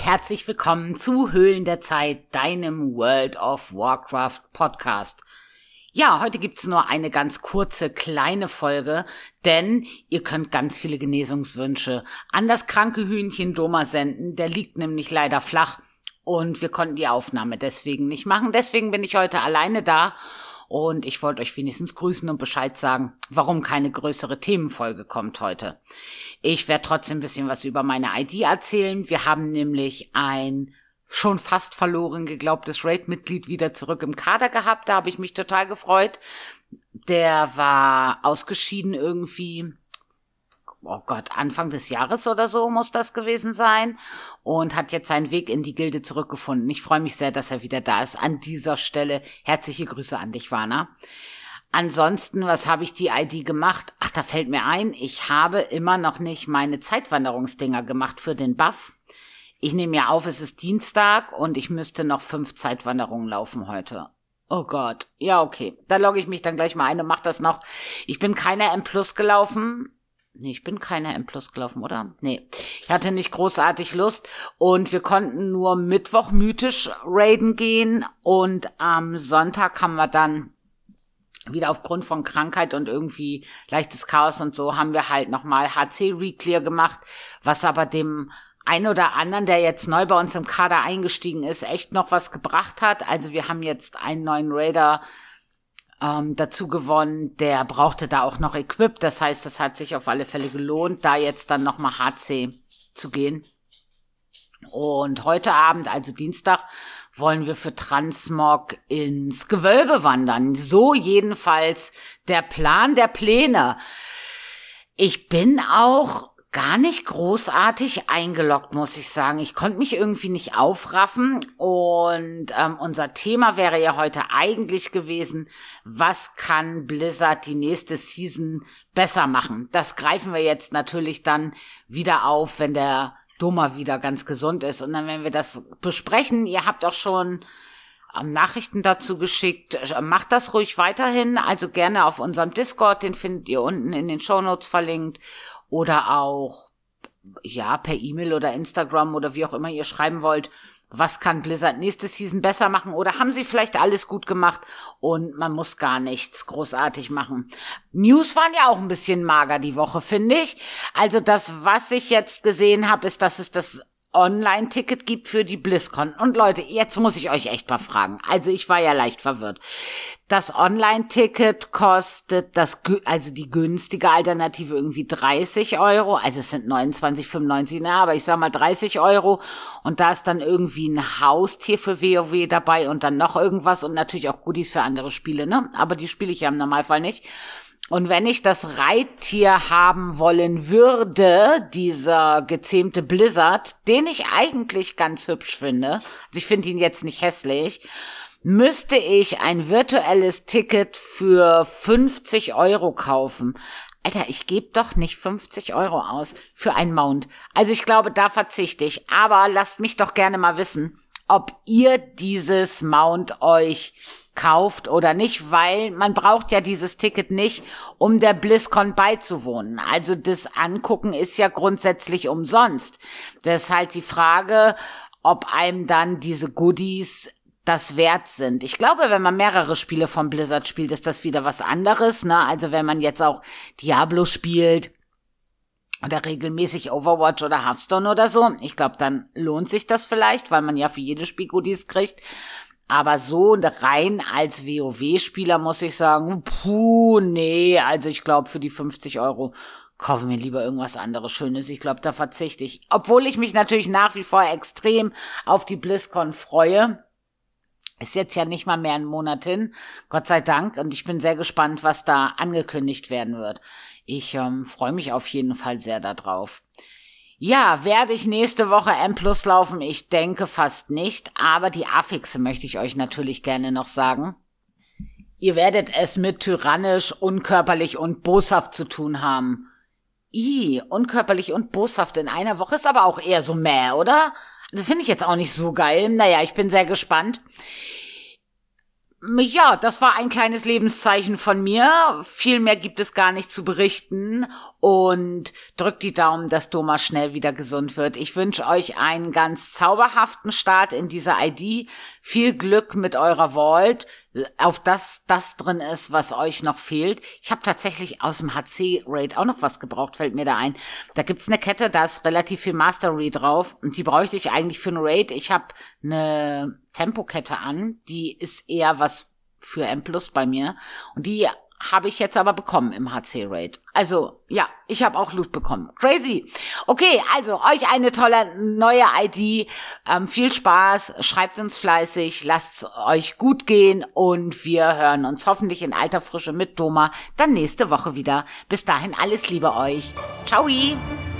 herzlich willkommen zu Höhlen der Zeit, deinem World of Warcraft Podcast. Ja, heute gibt's nur eine ganz kurze, kleine Folge, denn ihr könnt ganz viele Genesungswünsche an das kranke Hühnchen Doma senden. Der liegt nämlich leider flach und wir konnten die Aufnahme deswegen nicht machen. Deswegen bin ich heute alleine da und ich wollte euch wenigstens grüßen und Bescheid sagen, warum keine größere Themenfolge kommt heute. Ich werde trotzdem ein bisschen was über meine ID erzählen. Wir haben nämlich ein schon fast verloren geglaubtes Raid-Mitglied wieder zurück im Kader gehabt. Da habe ich mich total gefreut. Der war ausgeschieden irgendwie, Anfang des Jahres oder so muss das gewesen sein und hat jetzt seinen Weg in die Gilde zurückgefunden. Ich freue mich sehr, dass er wieder da ist. An dieser Stelle herzliche Grüße an dich, Warner. Ansonsten, was habe ich die ID gemacht? Ach, da fällt mir ein, ich habe immer noch nicht meine Zeitwanderungsdinger gemacht für den Buff. Ich nehme ja auf, es ist Dienstag und ich müsste noch 5 Zeitwanderungen laufen heute. Oh Gott. Ja, okay. Da logge ich mich dann gleich mal ein und mache das noch. Ich bin keine M+ gelaufen. Nee, ich bin keine M+ gelaufen, oder? Nee. Ich hatte nicht großartig Lust und wir konnten nur Mittwoch mythisch raiden gehen und am Sonntag haben wir dann wieder aufgrund von Krankheit und irgendwie leichtes Chaos und so haben wir halt nochmal HC-Reclear gemacht, was aber dem ein oder anderen, der jetzt neu bei uns im Kader eingestiegen ist, echt noch was gebracht hat. Also wir haben jetzt einen neuen Raider dazu gewonnen, der brauchte da auch noch Equip. Das heißt, das hat sich auf alle Fälle gelohnt, da jetzt dann nochmal HC zu gehen. Und heute Abend, also Dienstag, wollen wir für Transmog ins Gewölbe wandern. So jedenfalls der Plan der Pläne. Ich bin auch gar nicht großartig eingeloggt, muss ich sagen. Ich konnte mich irgendwie nicht aufraffen und unser Thema wäre ja heute eigentlich gewesen, was kann Blizzard die nächste Season besser machen? Das greifen wir jetzt natürlich dann wieder auf, wenn der Doma wieder ganz gesund ist und dann werden wir das besprechen. Ihr habt auch schon Nachrichten dazu geschickt. Macht das ruhig weiterhin, also gerne auf unserem Discord, den findet ihr unten in den Shownotes verlinkt. Oder auch, ja, per E-Mail oder Instagram oder wie auch immer ihr schreiben wollt, was kann Blizzard nächste Season besser machen? Oder haben sie vielleicht alles gut gemacht und man muss gar nichts großartig machen? News waren ja auch ein bisschen mager die Woche, finde ich. Also das, was ich jetzt gesehen habe, ist, dass es das Online-Ticket gibt für die BlizzCon. Und Leute, jetzt muss ich euch echt mal fragen. Also ich war ja leicht verwirrt. Das Online-Ticket kostet also die günstige Alternative irgendwie 30 Euro. Also es sind 29,95, aber ich sag mal 30 Euro. Und da ist dann irgendwie ein Haustier für WoW dabei und dann noch irgendwas und natürlich auch Goodies für andere Spiele, ne? Aber die spiele ich ja im Normalfall nicht. Und wenn ich das Reittier haben wollen würde, dieser gezähmte Blizzard, den ich eigentlich ganz hübsch finde, also ich finde ihn jetzt nicht hässlich, müsste ich ein virtuelles Ticket für 50 Euro kaufen. Alter, ich gebe doch nicht 50 Euro aus für ein Mount. Also ich glaube, da verzichte ich. Aber lasst mich doch gerne mal wissen, ob ihr dieses Mount euch kauft oder nicht, weil man braucht ja dieses Ticket nicht, um der BlizzCon beizuwohnen. Also das Angucken ist ja grundsätzlich umsonst. Das ist halt die Frage, ob einem dann diese Goodies das wert sind. Ich glaube, wenn man mehrere Spiele von Blizzard spielt, ist das wieder was anderes, ne? Also wenn man jetzt auch Diablo spielt oder regelmäßig Overwatch oder Hearthstone oder so, ich glaube, dann lohnt sich das vielleicht, weil man ja für jedes Spiel Goodies kriegt. Aber so rein als WoW-Spieler muss ich sagen, nee, also ich glaube, für die 50 Euro kaufe mir lieber irgendwas anderes Schönes. Ich glaube, da verzichte ich. Obwohl ich mich natürlich nach wie vor extrem auf die BlizzCon freue. Ist jetzt ja nicht mal mehr ein Monat hin, Gott sei Dank. Und ich bin sehr gespannt, was da angekündigt werden wird. Ich freue mich auf jeden Fall sehr darauf. Ja, werde ich nächste Woche M+ laufen? Ich denke fast nicht, aber die Affixe möchte ich euch natürlich gerne noch sagen. Ihr werdet es mit tyrannisch, unkörperlich und boshaft zu tun haben. Unkörperlich und boshaft in einer Woche ist aber auch eher so oder? Also finde ich jetzt auch nicht so geil. Naja, ich bin sehr gespannt. Ja, das war ein kleines Lebenszeichen von mir. Viel mehr gibt es gar nicht zu berichten. Und drückt die Daumen, dass Doma schnell wieder gesund wird. Ich wünsche euch einen ganz zauberhaften Start in dieser ID. Viel Glück mit eurer Vault, auf das drin ist, was euch noch fehlt. Ich habe tatsächlich aus dem HC-Raid auch noch was gebraucht, fällt mir da ein. Da gibt's eine Kette, da ist relativ viel Mastery drauf. Und die bräuchte ich eigentlich für einen Raid. Ich habe eine Tempokette an, die ist eher was für M+ bei mir. Und die habe ich jetzt aber bekommen im HC-Raid. Also, ja, ich habe auch Loot bekommen. Crazy. Okay, also, euch eine tolle neue ID. Viel Spaß, schreibt uns fleißig, lasst's euch gut gehen und wir hören uns hoffentlich in alter Frische mit Doma dann nächste Woche wieder. Bis dahin alles Liebe euch. Ciao!